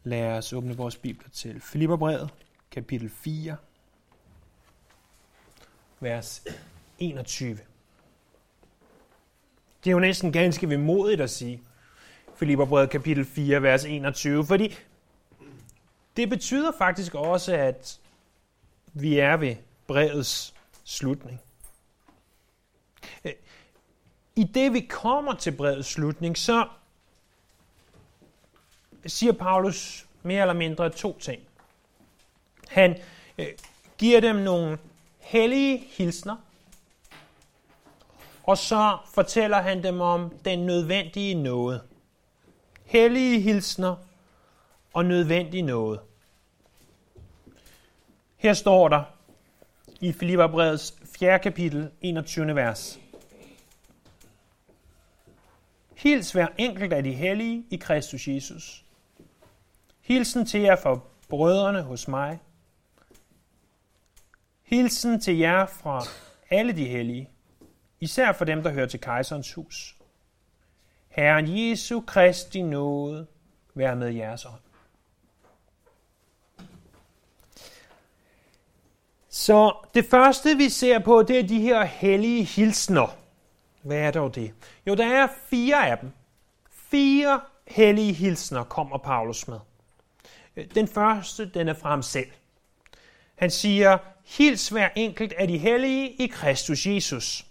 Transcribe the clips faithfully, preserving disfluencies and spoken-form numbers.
Lad os åbne vores bibler til Filipperbrevet, kapitel fire, vers enogtyve. Det er jo næsten ganske vemodigt at sige Filipperbrevet, kapitel fire, vers enogtyve, fordi det betyder faktisk også, at vi er ved brevets slutning. I det vi kommer til brevets slutning, så siger Paulus mere eller mindre to ting. Han øh, giver dem nogle hellige hilsner, og så fortæller han dem om den nødvendige nåde. Hellige hilsner og nødvendig nåde. Her står der i Filipperbrevets fjerde kapitel, enogtyvende vers. Hils hver enkelt af de hellige i Kristus Jesus. Hilsen til jer fra brødrene hos mig. Hilsen til jer fra alle de hellige, især for dem, der hører til kejserens hus. Herren Jesu Kristi nåde være med jeres ånd. Så det første, vi ser på, det er de her hellige hilsner. Hvad er dog det? Jo, der er fire af dem. Fire hellige hilsner kommer Paulus med. Den første, den er fra ham selv. Han siger, hils hver enkelt af de hellige i Kristus Jesus.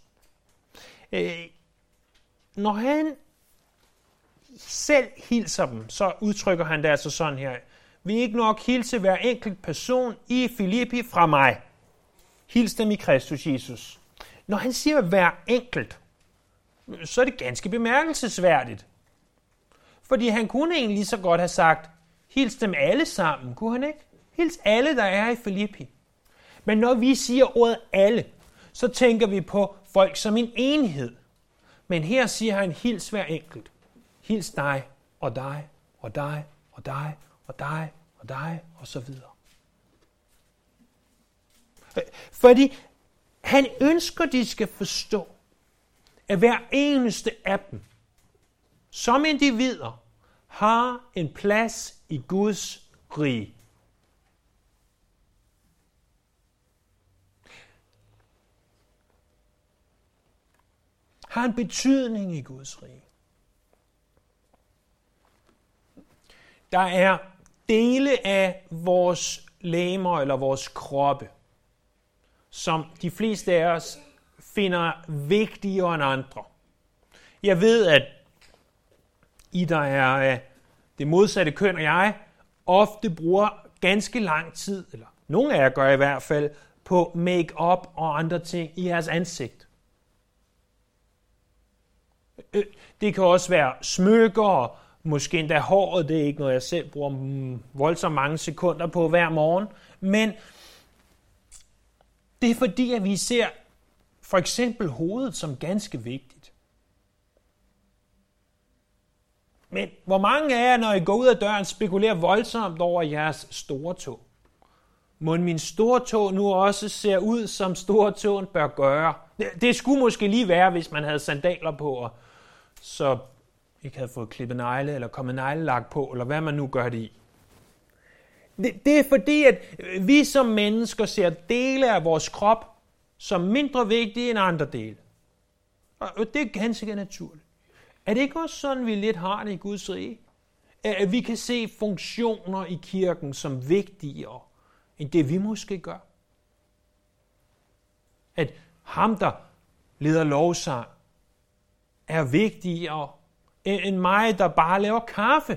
Når han selv hilser dem, så udtrykker han det altså sådan her. Vi ikke nok hilse hver enkelt person i Filippi fra mig. Hils dem i Kristus Jesus. Når han siger hver enkelt, så er det ganske bemærkelsesværdigt. Fordi han kunne egentlig lige så godt have sagt, hils dem alle sammen, kunne han ikke? Hils alle, der er i Filippi. Men når vi siger ordet alle, så tænker vi på folk som en enhed. Men her siger han, hils hver enkelt. Hils dig, og dig, og dig, og dig, og dig, og dig, og så videre. Fordi han ønsker, de skal forstå, at hver eneste af dem, som individer, har en plads i Guds rige. Har en betydning i Guds rige. Der er dele af vores legemer eller vores kroppe, som de fleste af os finder vigtigere end andre. Jeg ved, at I, der er det modsatte køn og jeg, ofte bruger ganske lang tid, eller nogle af jer gør i hvert fald, på make-up og andre ting i jeres ansigt. Det kan også være smykker, måske endda håret, det er ikke noget, jeg selv bruger voldsomt mange sekunder på hver morgen, men det er fordi, at vi ser for eksempel hovedet som ganske vigtigt. Men hvor mange af jer, når I går ud af døren, spekulerer voldsomt over jeres store tå? Må min store tå nu også ser ud, som store tåen bør gøre? Det, det skulle måske lige være, hvis man havde sandaler på, og så ikke havde fået klippet negle, eller kommet neglelak på, eller hvad man nu gør det i. Det, det er fordi, at vi som mennesker ser dele af vores krop som mindre vigtige end andre dele. Og det er ganske naturligt. Er det ikke også sådan, vi lidt har det i Guds rige? At vi kan se funktioner i kirken som vigtigere end det, vi måske gør? At ham, der leder lovsang, er vigtigere end mig, der bare laver kaffe.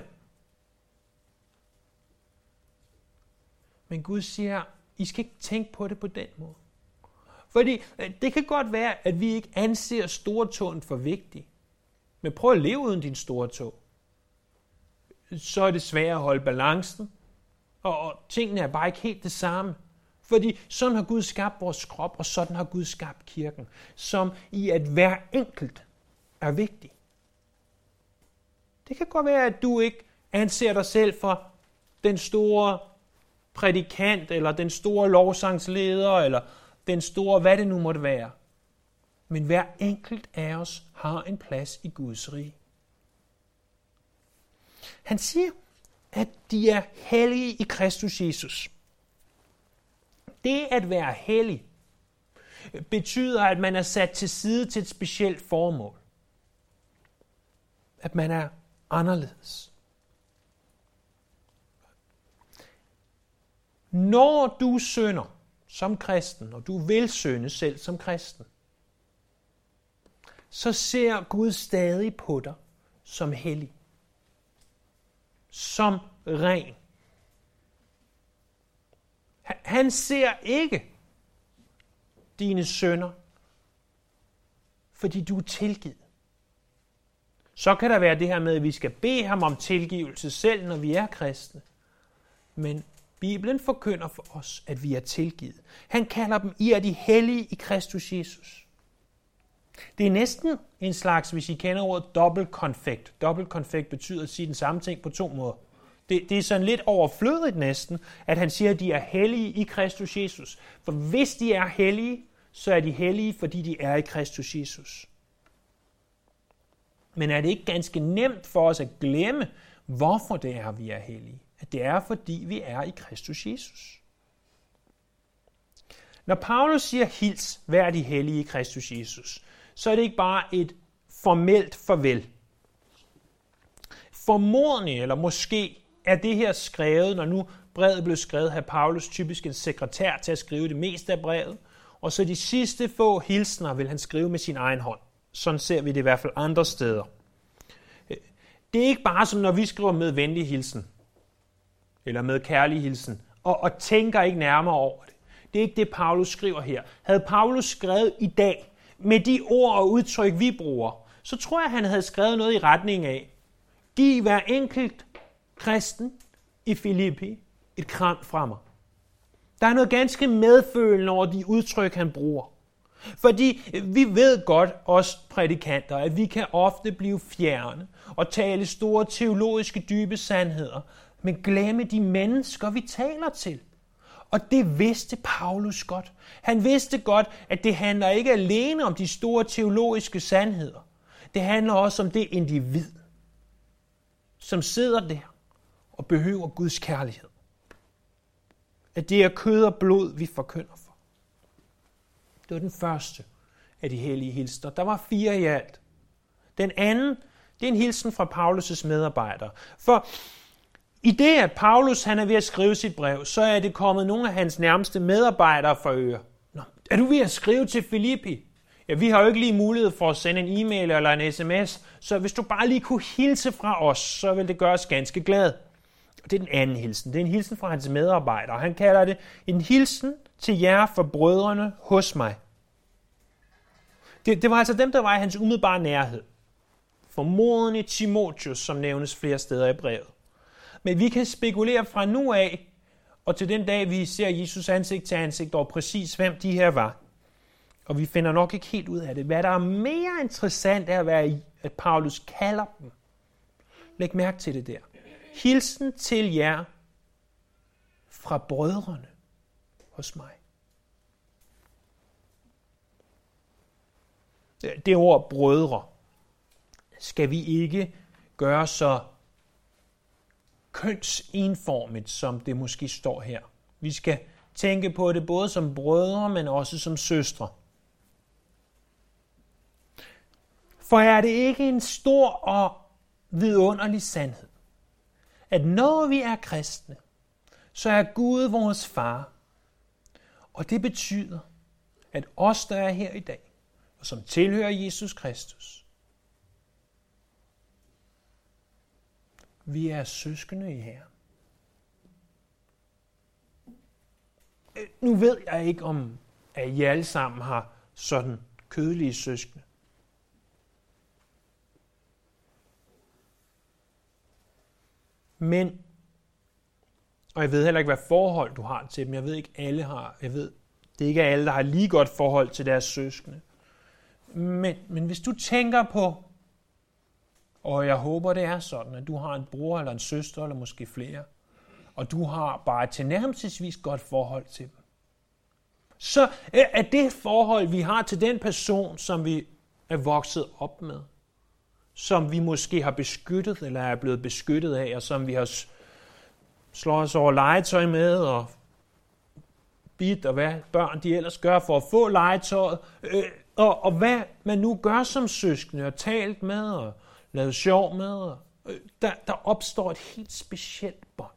Men Gud siger, I skal ikke tænke på det på den måde. Fordi det kan godt være, at vi ikke anser stortåen for vigtig. Men prøv at leve uden din store tå. Så er det svært at holde balancen. Og, og tingene er bare ikke helt det samme. Fordi sådan har Gud skabt vores krop, og sådan har Gud skabt kirken. Som i at hver enkelt er vigtig. Det kan godt være, at du ikke anser dig selv for den store prædikant, eller den store lovsangsleder, eller den store, hvad det nu måtte være. Men hver enkelt af os har en plads i Guds rige. Han siger, at de er hellige i Kristus Jesus. Det at være hellig betyder, at man er sat til side til et specielt formål. At man er anderledes. Når du synder som kristen, og du vil synde selv som kristen, så ser Gud stadig på dig som hellig. Som ren. Han ser ikke dine synder, fordi du er tilgivet. Så kan der være det her med, at vi skal bede ham om tilgivelse selv, når vi er kristne. Men Bibelen forkynder for os, at vi er tilgivet. Han kalder dem, I er de hellige i Kristus Jesus. Det er næsten en slags, hvis I kender ordet dobbeltkonfekt. Dobbeltkonfekt betyder at sige den samme ting på to måder. Det, det er sådan lidt overflødigt næsten, at han siger, at de er hellige i Kristus Jesus. For hvis de er hellige, så er de hellige, fordi de er i Kristus Jesus. Men er det ikke ganske nemt for os at glemme, hvorfor det er, vi er hellige? At det er, fordi vi er i Kristus Jesus. Når Paulus siger, hils, vær de hellige i Kristus Jesus, så er det ikke bare et formelt farvel. Formodentlig, eller måske, er det her skrevet, når nu brevet blev skrevet, har Paulus typisk en sekretær til at skrive det meste af brevet, og så de sidste få hilsner vil han skrive med sin egen hånd. Sådan ser vi det i hvert fald andre steder. Det er ikke bare som når vi skriver med venlig hilsen, eller med kærlig hilsen, og, og tænker ikke nærmere over det. Det er ikke det, Paulus skriver her. Havde Paulus skrevet i dag, med de ord og udtryk, vi bruger, så tror jeg, han havde skrevet noget i retning af, giv hver enkelt kristen i Filippi et kram fra mig. Der er noget ganske medfølende over de udtryk, han bruger. Fordi vi ved godt, os prædikanter, at vi kan ofte blive fjerne og tale store teologiske dybe sandheder, men glemme de mennesker, vi taler til. Og det vidste Paulus godt. Han vidste godt, at det handler ikke alene om de store teologiske sandheder. Det handler også om det individ, som sidder der og behøver Guds kærlighed. At det er kød og blod, vi forkynder for. Det var den første af de hellige hilsner. Der var fire i alt. Den anden, det er en hilsen fra Paulus' medarbejdere. For i det, at Paulus han er ved at skrive sit brev, så er det kommet nogle af hans nærmeste medarbejdere for øre. Nå, er du ved at skrive til Filippi? Ja, vi har jo ikke lige mulighed for at sende en e-mail eller en sms, så hvis du bare lige kunne hilse fra os, så vil det gøre os ganske glade. Og det er den anden hilsen. Det er en hilsen fra hans medarbejdere. Han kalder det en hilsen til jer for brødrene hos mig. Det, det var altså dem, der var i hans umiddelbare nærhed. Formodentlig Timotheus, som nævnes flere steder i brevet. Men vi kan spekulere fra nu af, og til den dag, vi ser Jesus ansigt til ansigt, over præcis hvem de her var. Og vi finder nok ikke helt ud af det. Hvad der er mere interessant er at være i, at Paulus kalder dem. Læg mærke til det der. Hilsen til jer fra brødrene hos mig. Det ord brødre skal vi ikke gøre så kønsenformigt, som det måske står her. Vi skal tænke på det både som brødre, men også som søstre. For er det ikke en stor og vidunderlig sandhed, at når vi er kristne, så er Gud vores far. Og det betyder, at os, der er her i dag, og som tilhører Jesus Kristus, vi er søskende i Herren. Nu ved jeg ikke, om at I alle sammen har sådan kødelige søskende. Men, og jeg ved heller ikke, hvad forhold du har til dem. Jeg ved ikke, alle har. Jeg ved, det er ikke alle, der har lige godt forhold til deres søskende. Men, men hvis du tænker på, og jeg håber, det er sådan, at du har en bror eller en søster, eller måske flere, og du har bare et tilnærmelsesvis godt forhold til dem, så er det forhold, vi har til den person, som vi er vokset op med, som vi måske har beskyttet, eller er blevet beskyttet af, og som vi har slår os over legetøj med, og bit, og hvad børn de ellers gør for at få legetøjet, øh, og, og hvad man nu gør som søskende, og talt med, og lavet sjov med, og, øh, der, der opstår et helt specielt bånd.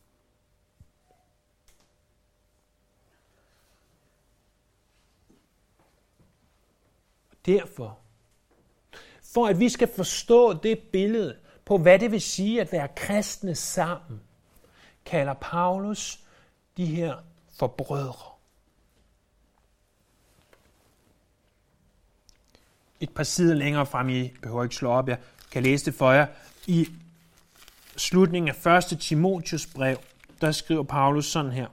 Derfor, for at vi skal forstå det billede på, hvad det vil sige at være kristne sammen, kalder Paulus de her for brødre. Et par sider længere frem, I behøver ikke slå op, jeg kan læse det for jer. I slutningen af første Timotheus brev, der skriver Paulus sådan her.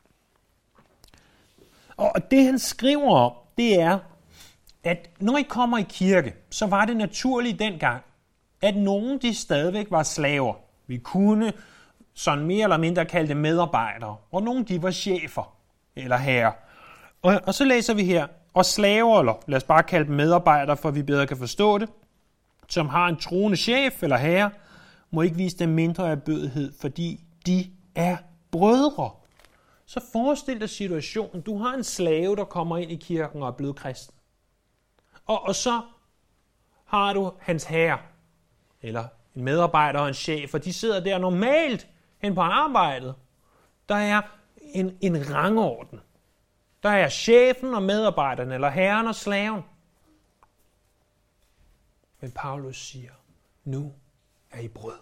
Og det han skriver om, det er, at når I kommer i kirke, så var det naturligt dengang, at nogen de stadigvæk var slaver. Vi kunne sådan mere eller mindre kalde det medarbejdere, og nogle de var chefer eller herrer. Og, og så læser vi her, og slaver, eller lad os bare kalde dem medarbejdere, for vi bedre kan forstå det, som har en troende chef eller herre, må ikke vise dem mindre erbødighed, fordi de er brødre. Så forestil dig situationen, du har en slave, der kommer ind i kirken og er blevet kristen. Og, og så har du hans herre, eller en medarbejder og en chef, og de sidder der normalt hen på arbejdet. Der er en, en rangorden. Der er chefen og medarbejderen, eller herren og slaven. Men Paulus siger, nu er I brødre.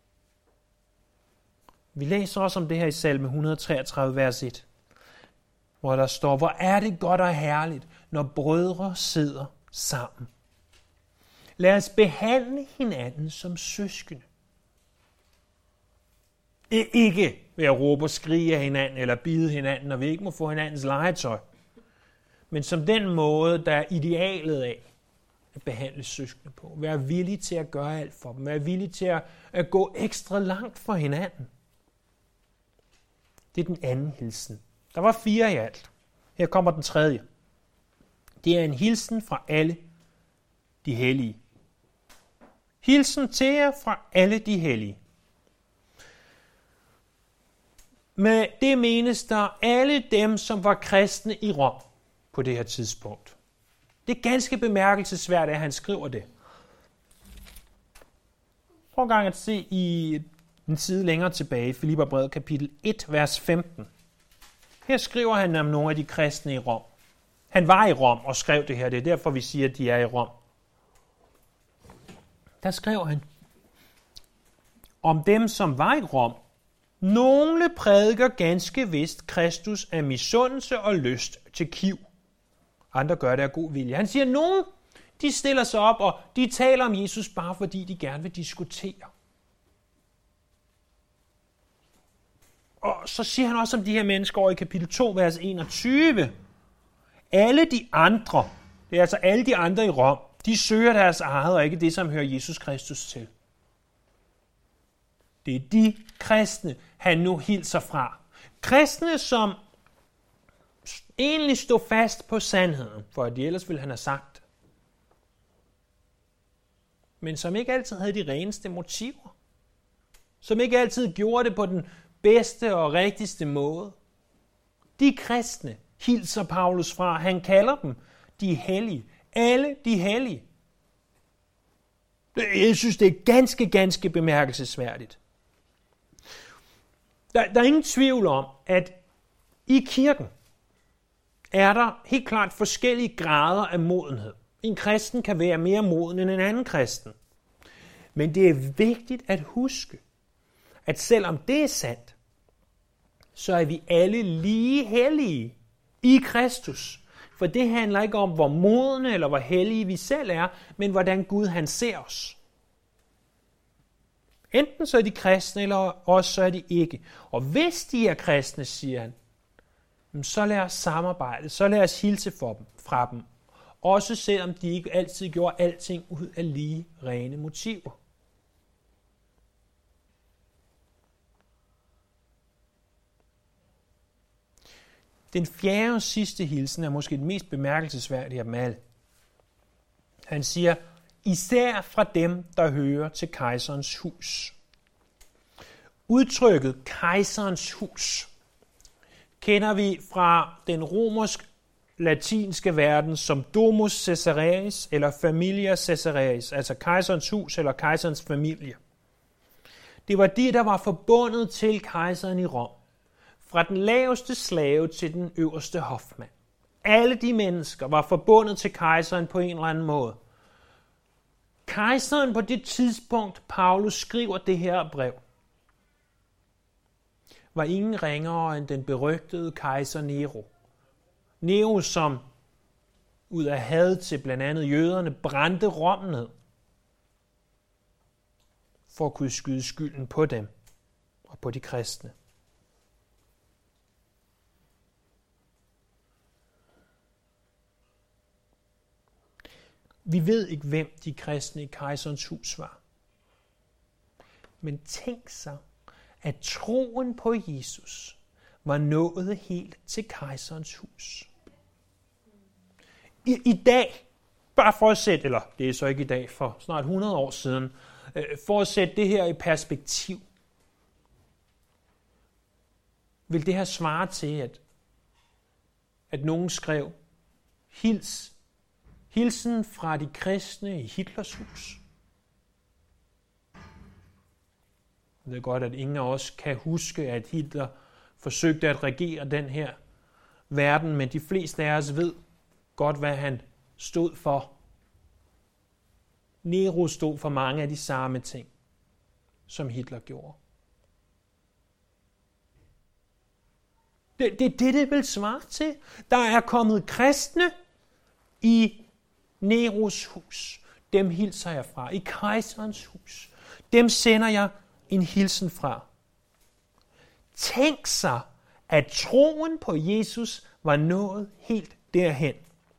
Vi læser også om det her i salme et hundrede og treogtredive, vers et, hvor der står, hvor er det godt og herligt, når brødre sidder sammen. Lad os behandle hinanden som søskende. Ikke ved at råbe og skrige af hinanden, eller bide hinanden, når vi ikke må få hinandens legetøj. Men som den måde, der er idealet af at behandle søskende på. Vær villig til at gøre alt for dem. Vær villig til at, at gå ekstra langt for hinanden. Det er den anden hilsen. Der var fire i alt. Her kommer den tredje. Det er en hilsen fra alle de hellige. Hilsen til jer fra alle de hellige. Med det menes der alle dem, som var kristne i Rom på det her tidspunkt. Det er ganske bemærkelsesværdigt, at han skriver det. Prøv en gang at se i en side længere tilbage, Filipperbrevet kapitel et, vers femten. Her skriver han om nogle af de kristne i Rom. Han var i Rom og skrev det her. Det er derfor, vi siger, at de er i Rom. Der skrev han om dem, som var i Rom. Nogle prædiker ganske vist Kristus af misundelse og lyst til kiv. Andre gør det af god vilje. Han siger, at nogle de stiller sig op, og de taler om Jesus bare fordi de gerne vil diskutere. Og så siger han også om de her mennesker over i kapitel to, vers enogtyve. Alle de andre, det er altså alle de andre i Rom, de søger deres eget, og ikke det, som hører Jesus Kristus til. Det er de kristne, han nu hilser fra. Kristne, som egentlig stod fast på sandheden, for at de ellers ville han have sagt. Men som ikke altid havde de reneste motiver. Som ikke altid gjorde det på den bedste og rigtigste måde. De kristne hilser Paulus fra. Han kalder dem de hellige. Alle de hellige. Jeg synes, det er ganske, ganske bemærkelsesværdigt. Der, der er ingen tvivl om, at i kirken er der helt klart forskellige grader af modenhed. En kristen kan være mere moden end en anden kristen. Men det er vigtigt at huske, at selvom det er sandt, så er vi alle lige hellige i Kristus. For det handler ikke om, hvor modne eller hvor hellige vi selv er, men hvordan Gud han ser os. Enten så er de kristne, eller også så er de ikke. Og hvis de er kristne, siger han, så lad os samarbejde, så lad os hilse for dem, fra dem. Også selvom de ikke altid gjorde alting ud af lige rene motiver. Den fjerde og sidste hilsen er måske den mest bemærkelsesværdige af dem alle. Han siger, især fra dem, der hører til kejserens hus. Udtrykket kejserens hus kender vi fra den romersk-latinske verden som Domus Caesaris eller Familia Caesaris, altså kejserens hus eller kejserens familie. Det var de, der var forbundet til kejseren i Rom, fra den laveste slave til den øverste hofmand. Alle de mennesker var forbundet til kejseren på en eller anden måde. Kejseren på det tidspunkt, Paulus skriver det her brev, var ingen ringere end den berygtede kejser Nero. Nero, som ud af had til blandt andet jøderne, brændte Rom ned, for at kunne skyde skylden på dem og på de kristne. Vi ved ikke, hvem de kristne i kejserens hus var. Men tænk sig, at troen på Jesus var nået helt til kejserens hus. I, i dag, bare for at sætte, eller det er så ikke i dag, for snart hundrede år siden, for at sætte det her i perspektiv, vil det her svare til, at, at nogen skrev, hils, hilsen fra de kristne i Hitlers hus. Jeg ved godt, at ingen af os kan huske, at Hitler forsøgte at regere den her verden, men de fleste af os ved godt, hvad han stod for. Nero stod for mange af de samme ting, som Hitler gjorde. Det er det, det, det vil svare til. Der er kommet kristne i Neros hus. Dem hilser jeg fra. I kejserens hus. Dem sender jeg en hilsen fra. Tænk sig, at troen på Jesus var nået helt derhen.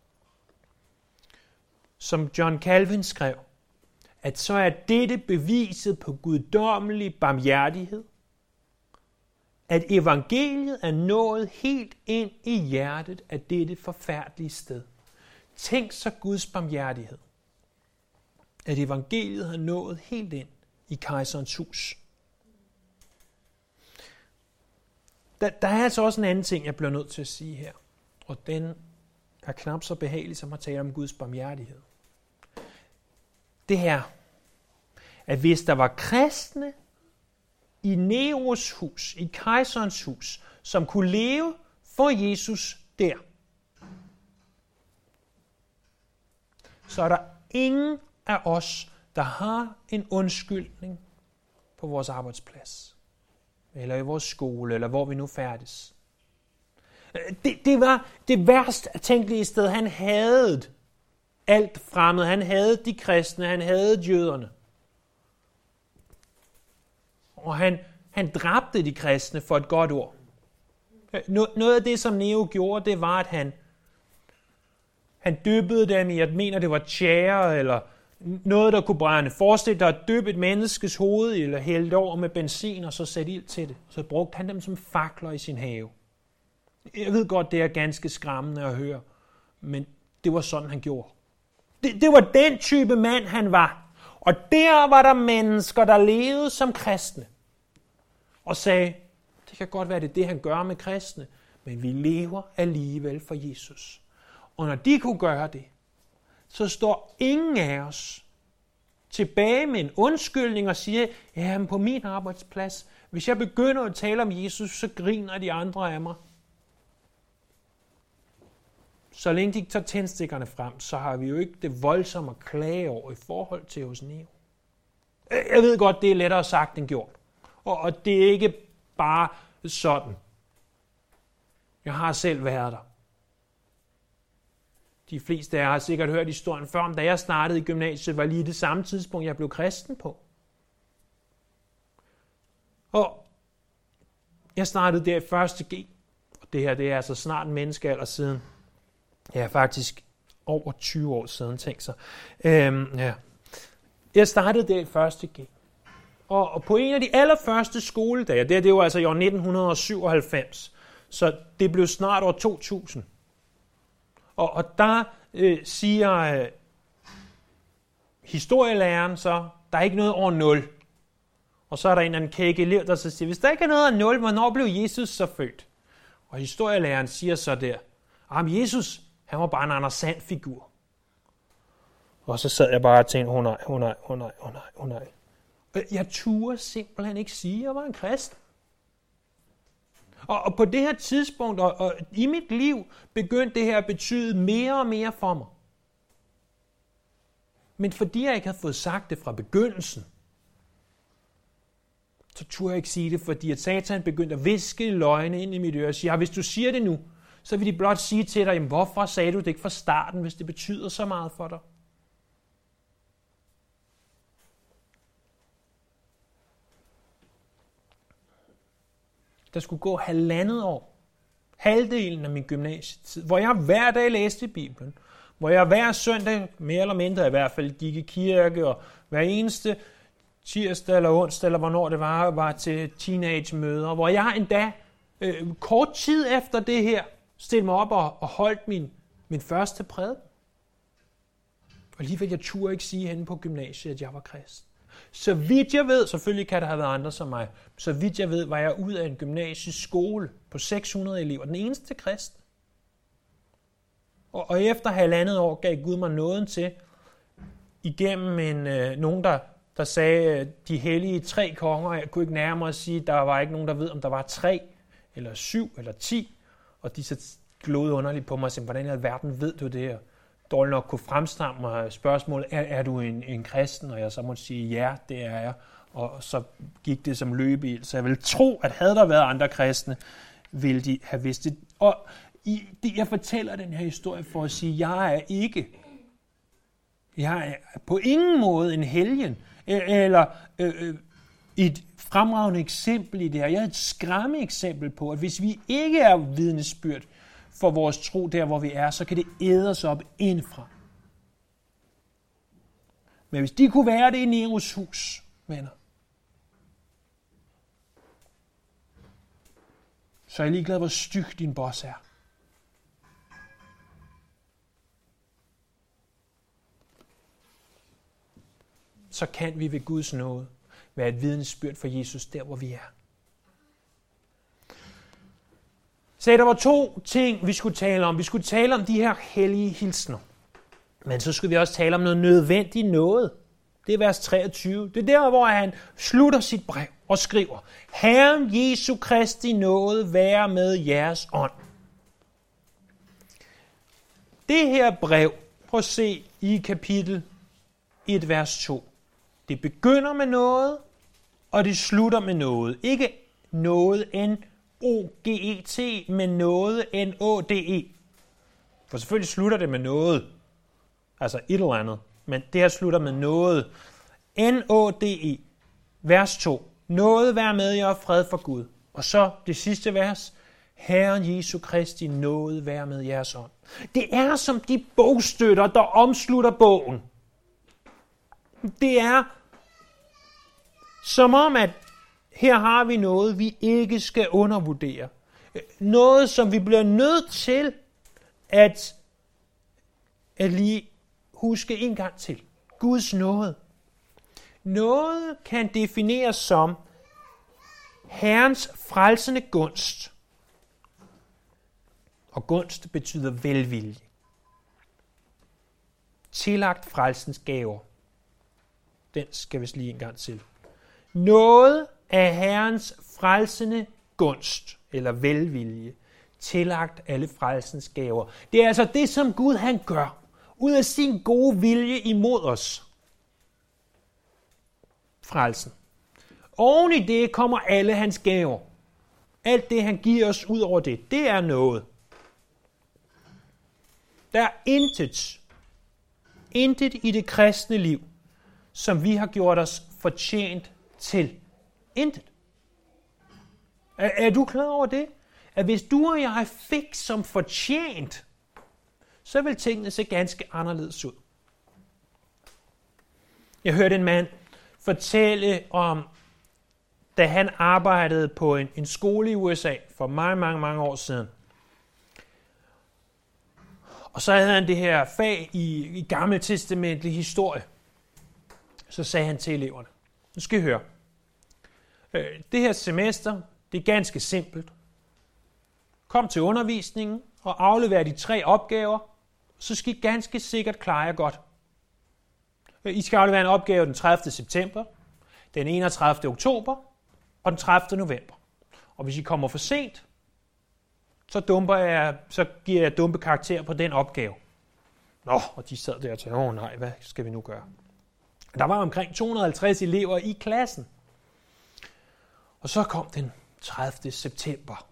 Som John Calvin skrev, at så er dette beviset på guddommelig barmhjertighed, at evangeliet er nået helt ind i hjertet af dette forfærdelige sted. Tænk så Guds barmhjertighed, at evangeliet har nået helt ind i kejserens hus. Der, der er altså også en anden ting, jeg bliver nødt til at sige her, og den er knap så behagelig som at tale om Guds barmhjertighed. Det her, at hvis der var kristne i Neros hus, i kejserens hus, som kunne leve for Jesus der, så er der ingen af os, der har en undskyldning på vores arbejdsplads, eller i vores skole, eller hvor vi nu færdes. Det, det var det værst tænkelige sted. Han havde alt fremmed. Han havde de kristne, han havde jøderne. Og han, han dræbte de kristne for et godt ord. Noget af det, som Nero gjorde, det var, at han, han dyppede dem i, jeg mener, det var tjære, eller noget, der kunne brænde. Forestil dig at dyppe et menneskes hoved, eller hælde det over med benzin, og så sætte ild til det. Så brugte han dem som fakler i sin have. Jeg ved godt, det er ganske skræmmende at høre, men det var sådan, han gjorde. Det, det var den type mand, han var. Og der var der mennesker, der levede som kristne, og sagde, det kan godt være, det er det, han gør med kristne, men vi lever alligevel for Jesus. Og når de kunne gøre det, så står ingen af os tilbage med en undskyldning og siger, ja, men på min arbejdsplads, hvis jeg begynder at tale om Jesus, så griner de andre af mig. Så længe de ikke tager tændstikkerne frem, så har vi jo ikke det voldsomme at klage over i forhold til hos Nero. Jeg ved godt, det er lettere sagt end gjort. Og det er ikke bare sådan. Jeg har selv været der. De fleste af jer har sikkert hørt historien før, om da jeg startede i gymnasiet, var lige det samme tidspunkt, jeg blev kristen på. Og jeg startede der i første G, og det her det er altså snart en menneskealder siden. Ja, faktisk over tyve år siden, tænk sig. Øhm, ja. Jeg startede der i første G. Og, og på en af de allerførste skoledage, det, det var altså i år nitten syvoghalvfems, så det blev snart år to tusind. Og, og der øh, siger øh, historielæreren så, der er ikke noget over nul. Og så er der en eller anden kække elev, der så siger, hvis der ikke er noget af nul, hvornår blev Jesus så født? Og historielæreren siger så der, at Jesus, han var bare en Anders Sand-figur. Og så sad jeg bare og tænkte, åh oh nej, åh oh nej, åh oh nej, åh oh nej, åh oh nej. Jeg turde simpelthen ikke sige, at jeg var en kristen. Og, og på det her tidspunkt, og, og i mit liv, begyndte det her at betyde mere og mere for mig. Men fordi jeg ikke havde fået sagt det fra begyndelsen, så turde jeg ikke sige det, fordi at Satan begyndte at viske løgne ind i mit øre og sige, ja, hvis du siger det nu, så vil de blot sige til dig, jamen, hvorfor sagde du det ikke fra starten, hvis det betyder så meget for dig? Der skulle gå halvandet år, halvdelen af min gymnasietid, hvor jeg hver dag læste i Bibelen, hvor jeg hver søndag, mere eller mindre i hvert fald, gik i kirke, og hver eneste tirsdag eller onsdag, eller hvornår det var, var til teenage-møder, hvor jeg endda øh, kort tid efter det her, stillede mig op og, og holdt min, min første prædiken. Og alligevel, jeg turde ikke sige henne på gymnasiet, at jeg var kristen. Så vidt jeg ved, selvfølgelig kan der have været andre som mig, så vidt jeg ved, var jeg ud af en gymnasieskole på seks hundrede elever, den eneste kristen. Og, og efter halvandet år gav Gud mig nåden til, igennem en, øh, nogen, der, der sagde, øh, de hellige tre konger, jeg kunne ikke nærmere sige, der var ikke nogen, der ved, om der var tre, eller syv, eller ti, og de så glodede underligt på mig og sagde, hvordan i alverden ved du det her? Dårligt nok kunne fremstamme mig spørgsmålet, er, er du en, en kristen? Og jeg så måtte sige, ja, det er jeg. Og så gik det som løbeild. Så jeg vil tro, at havde der været andre kristne, ville de have vidst det. Og i, det, jeg fortæller den her historie for at sige, at jeg er ikke, jeg er på ingen måde en helgen, eller øh, et fremragende eksempel i det her. Jeg er et skræmme eksempel på, at hvis vi ikke er vidnesbyrd for vores tro der, hvor vi er, så kan det æde os op indfra. Men hvis de kunne være det i Neros hus, venner, så er jeg ligeglad, hvor styg din boss er. Så kan vi ved Guds nåde være et vidnesbyrd for Jesus der, hvor vi er. Så der var to ting, vi skulle tale om. Vi skulle tale om de her hellige hilsner. Men så skulle vi også tale om noget nødvendigt noget. Det er vers treogtyve. Det er der, hvor han slutter sit brev og skriver, Herren Jesu Kristi nåde være med jeres ånd. Det her brev, prøv at se i kapitel et, vers to. Det begynder med noget, og det slutter med noget. Ikke noget end O G E T, med noget N O D E. For selvfølgelig slutter det med noget. Altså et eller andet. Men det her slutter med noget. N O D E. Vers to. Noget vær med jer og fred for Gud. Og så det sidste vers. Herren Jesu Kristi nåde vær med jeres ånd. Det er som de bogstøtter, der omslutter bogen. Det er som om, at her har vi noget, vi ikke skal undervurdere. Noget, som vi bliver nødt til at, at lige huske en gang til. Guds nåde. Noget kan defineres som Herrens frelsende gunst. Og gunst betyder velvilje. Tillagt frelsens gaver. Den skal vi lige en gang til. Noget af Herrens frelsende gunst, eller velvilje, tillagt alle frelsens gaver. Det er altså det, som Gud han gør, ud af sin gode vilje imod os. Frelsen. Oven i det kommer alle hans gaver. Alt det, han giver os ud over det, det er noget. Der er intet, intet i det kristne liv, som vi har gjort os fortjent til. Intet. Er, er du klar over det? At hvis du og jeg fik som fortjent, så vil tingene se ganske anderledes ud. Jeg hørte en mand fortælle om, da han arbejdede på en, en skole i U S A for mange, mange, mange år siden. Og så havde han det her fag i, i gammeltestamentlig historie. Så sagde han til eleverne, nu skal I høre. Det her semester, det er ganske simpelt. Kom til undervisningen og aflever de tre opgaver, så skal I ganske sikkert klare jer godt. I skal aflevere en opgave den tredivte september, den enogtredivte oktober og den tredivte november. Og hvis I kommer for sent, så, dumper jeg, så giver jeg dumpe karakter på den opgave. Nå, og de sad der og tænkte, åh nej, hvad skal vi nu gøre? Der var omkring to hundrede og halvtreds elever i klassen. Og så kom den tredivte september.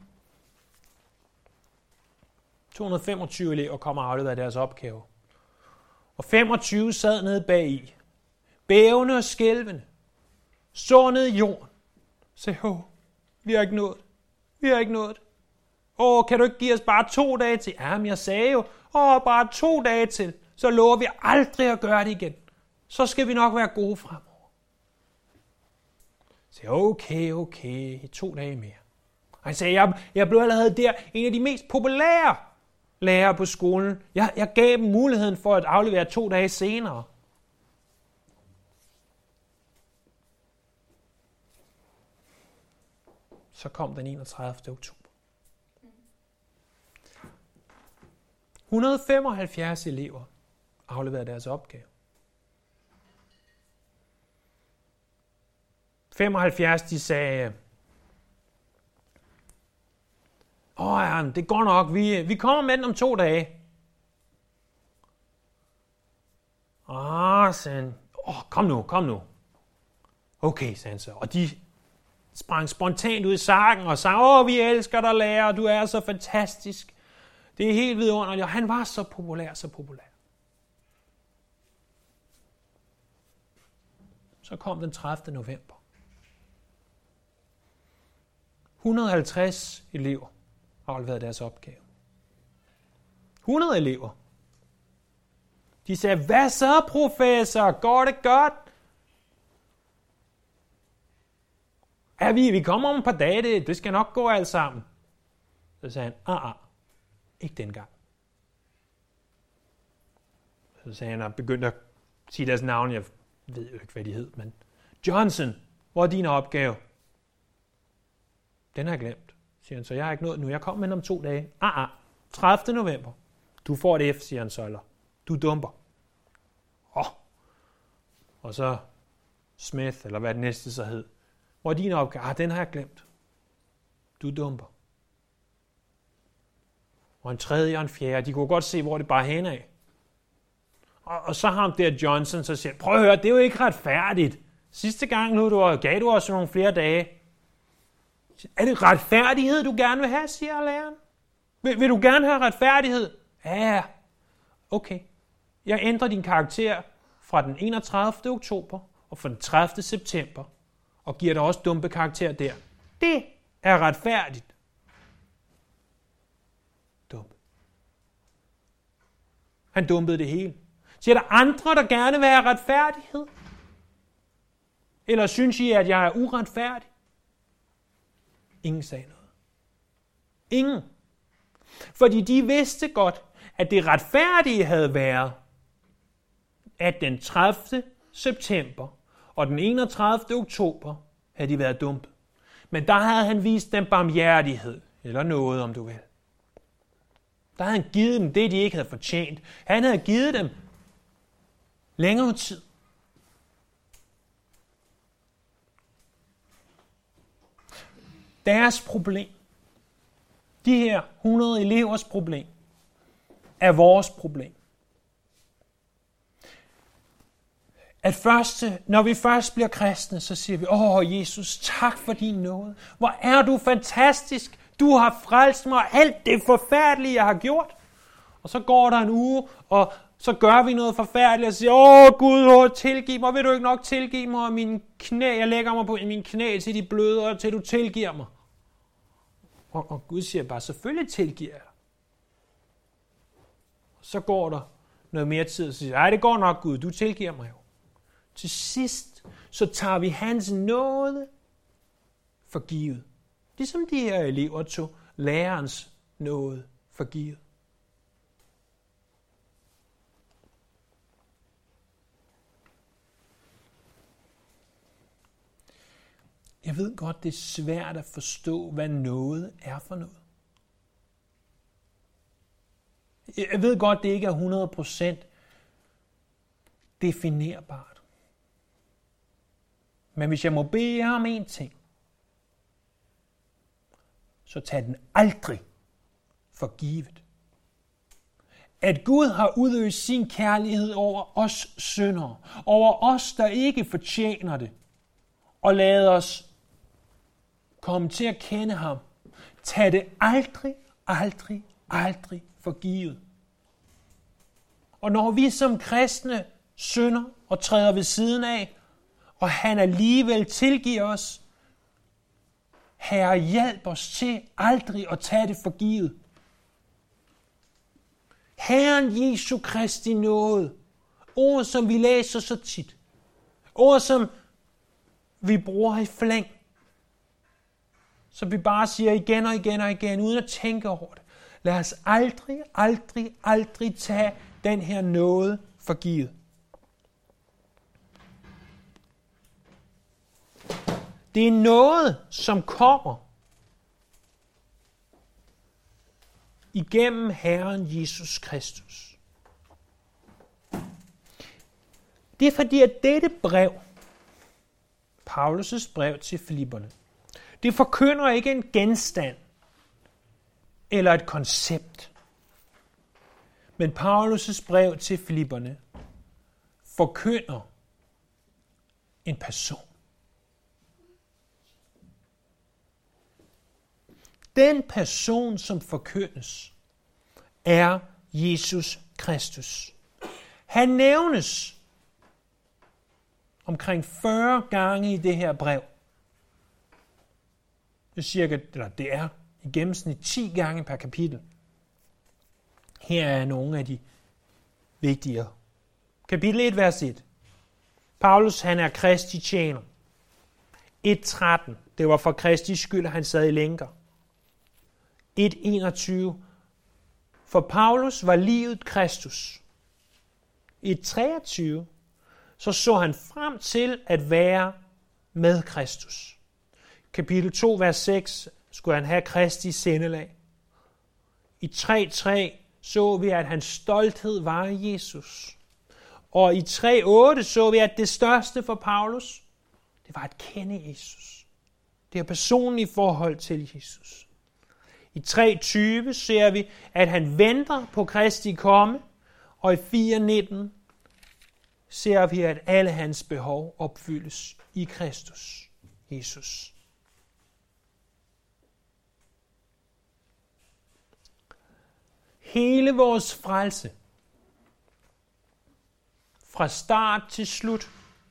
to hundrede og femogtyve elever kom og afleverede deres opgave. Og femogtyve sad nede bagi, bævende og skælvende, så ned i jorden, sagde, åh, vi har ikke nået, vi har ikke nået. Åh, kan du ikke give os bare to dage til? Jamen, jeg sagde jo, åh, bare to dage til, så lover vi aldrig at gøre det igen. Så skal vi nok være gode fremover. Så sagde, okay, okay, to dage mere. Og han sagde, jeg, jeg blev allerede der en af de mest populære lærere på skolen. Jeg, jeg gav dem muligheden for at aflevere to dage senere. Så kom den enogtredivte oktober. et hundrede og femoghalvfjerds elever afleverede deres opgave. femoghalvfjerds, de sagde, åh ja, det går nok, vi, vi kommer med den om to dage. Ah, sagde han, åh, kom nu, kom nu. Okay, sagde han så, og de sprang spontant ud i sarken og sagde, åh, vi elsker dig, lærer, du er så fantastisk. Det er helt vidunderligt, og han var så populær, så populær. Så kom den tredivte november. et hundrede og halvtreds elever afleverede deres opgave. hundrede elever. De sagde, hvad så, professor? Går det godt? Ja, vi, vi kommer om et par dage, det, det skal nok gå alt sammen. Så sagde han, ah, ah, ikke dengang. Så sagde han, og begyndte at sige deres navn, jeg ved jo ikke, hvad de hed, men Johnson, hvor er din opgave? Den har jeg glemt, siger han, så jeg har ikke nået nu. Jeg kommer med den om to dage. Ah, ah, tredivte november. Du får et F, siger han så, eller du dumper. Oh. Og så Smith, eller hvad det næste så hed. Hvor er din opgave? Ah, den har jeg glemt. Du dumper. Og en tredje og en fjerde. De kunne godt se, hvor det bare hen af. Og, og så ham der Johnson, så siger, prøv at høre, det er jo ikke retfærdigt. Sidste gang nu, du gav du også nogle flere dage. Er det retfærdighed, du gerne vil have, siger læreren? Vil, vil du gerne have retfærdighed? Ja, okay. Jeg ændrer din karakter fra den enogtredivte oktober og fra den tredivte september og giver dig også dumpe karakter der. Det er retfærdigt. Dumpe. Han dumpede det hele. Så er der andre, der gerne vil have retfærdighed? Eller synes I, at jeg er uretfærdig? Ingen sagde noget. Ingen. Fordi de vidste godt, at det retfærdige havde været, at den tredivte september og den enogtredivte oktober havde de været dumpet. Men der havde han vist dem barmhjertighed, eller noget, om du vil. Der havde han givet dem det, de ikke havde fortjent. Han havde givet dem længere tid. Deres problem, de her hundrede elevers problem, er vores problem. At først, når vi først bliver kristne, så siger vi, åh Jesus, tak for din nåde. Hvor er du fantastisk. Du har frelst mig alt det forfærdelige, jeg har gjort. Og så går der en uge, og så gør vi noget forfærdeligt og siger, åh Gud, tilgiv mig. Vil du ikke nok tilgive mig? Og mine knæ, jeg lægger mig på mine knæ til de bløder, til du tilgiver mig. Og, og Gud siger bare, selvfølgelig tilgiver jeg. Så går der noget mere tid, og siger, ej, det går nok Gud, du tilgiver mig jo. Til sidst, så tager vi hans nåde for givet. Ligesom de her elever tog lærerens nåde for givet. Jeg ved godt, det er svært at forstå, hvad noget er for noget. Jeg ved godt, det ikke er hundrede procent definerbart. Men hvis jeg må bede jer om en ting, så tag den aldrig for givet. At Gud har udøvet sin kærlighed over os syndere, over os, der ikke fortjener det, og lad os komme til at kende ham. Tag det aldrig, aldrig, aldrig for givet. Og når vi som kristne synder og træder ved siden af, og han alligevel tilgiver os, Herre, hjælp os til aldrig at tage det for givet. Herren Jesu Kristi nåde, ord som vi læser så tit, ord som vi bruger i flæng, som vi bare siger igen og igen og igen, uden at tænke over det. Lad os aldrig, aldrig, aldrig tage den her nåde for givet. Det er noget, som kommer igennem Herren Jesus Kristus. Det er fordi, at dette brev, Paulus' brev til Filipperne, det forkynder ikke en genstand eller et koncept. Men Paulus' brev til Filipperne forkynder en person. Den person, som forkyndes, er Jesus Kristus. Han nævnes omkring fyrre gange i det her brev. Det er, cirka, eller det er i gennemsnit ti gange per kapitel. Her er nogle af de vigtigere. Kapitel et, vers et. Paulus, han er Kristi tjener. et tretten. Det var for Kristi skyld, at han sad i lænker. et enogtyve. For Paulus var livet Kristus. et treogtyve. Så så han frem til at være med Kristus. Kapitel to, vers seks, skulle han have Kristi sindelag. I tre tre så vi, at hans stolthed var i Jesus. Og i tre otte så vi, at det største for Paulus, det var at kende Jesus. Det er personligt forhold til Jesus. I tre tyve ser vi, at han venter på Kristi komme, og i fire nitten ser vi, at alle hans behov opfyldes i Kristus, Jesus. Hele vores frelse, fra start til slut,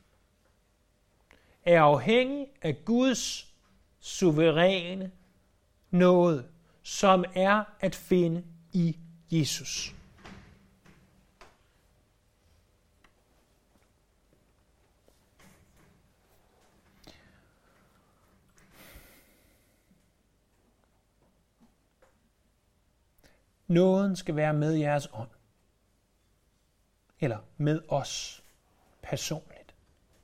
er afhængig af Guds suveræne nåde, som er at finde i Jesus. Nåden skal være med jeres ånd. Eller med os personligt.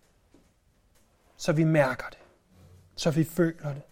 Så vi mærker det. Så vi føler det.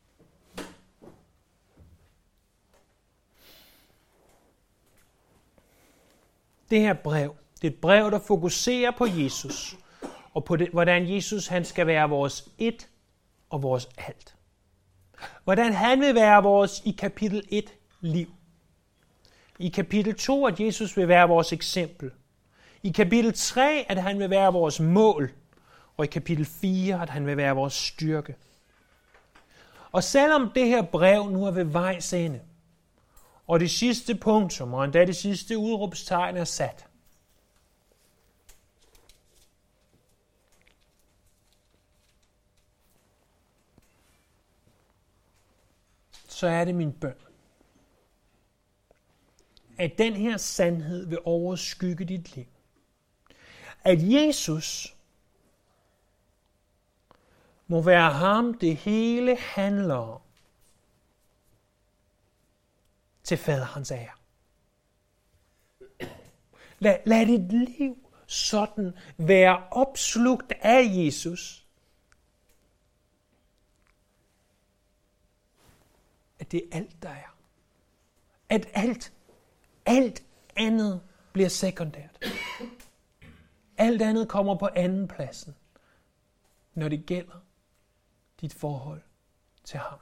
Det her brev, det er et brev, der fokuserer på Jesus. Og på det, hvordan Jesus han skal være vores et og vores alt. Hvordan han vil være vores i kapitel et liv. I kapitel to, at Jesus vil være vores eksempel. I kapitel tre, at han vil være vores mål. Og i kapitel fire, at han vil være vores styrke. Og selvom det her brev nu er ved vejs ende, og det sidste punktum, og endda det sidste udråbstegn er sat, så er det min bøn, at den her sandhed vil overskygge dit liv. At Jesus må være ham, det hele handler om, til faderens ære. Lad, lad dit liv sådan være opslugt af Jesus, at det er alt, der er. At alt, alt andet bliver sekundært. Alt andet kommer på anden pladsen, når det gælder dit forhold til ham.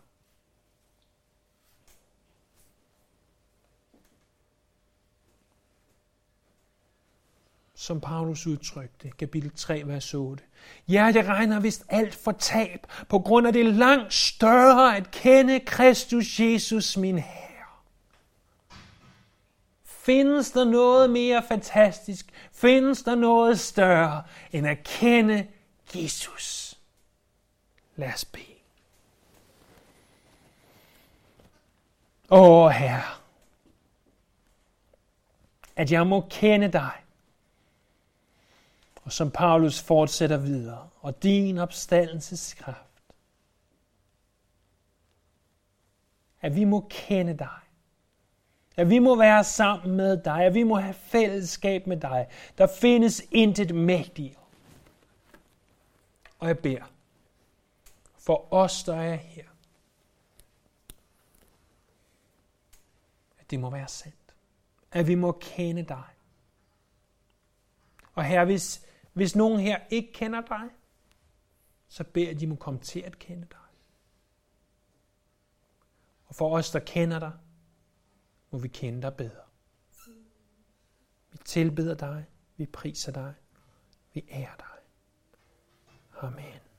Som Paulus udtrykte, kapitel tre, vers otte. Ja, jeg regner vist alt for tab, på grund af det langt større at kende Kristus Jesus, min Herre. Findes der noget mere fantastisk? Findes der noget større end at kende Jesus? Lad os bede. Åh, Herre, at jeg må kende dig. Og som Paulus fortsætter videre, og din opstandelseskraft. At vi må kende dig. At vi må være sammen med dig. At vi må have fællesskab med dig. Der findes intet mægtigere. Og jeg beder for os, der er her, at det må være sandt. At vi må kende dig. Og Herre, hvis, hvis nogen her ikke kender dig, så beder jeg, at de må komme til at kende dig. Og for os, der kender dig, må vi kende dig bedre. Vi tilbeder dig, vi priser dig, vi ærer dig. Amen.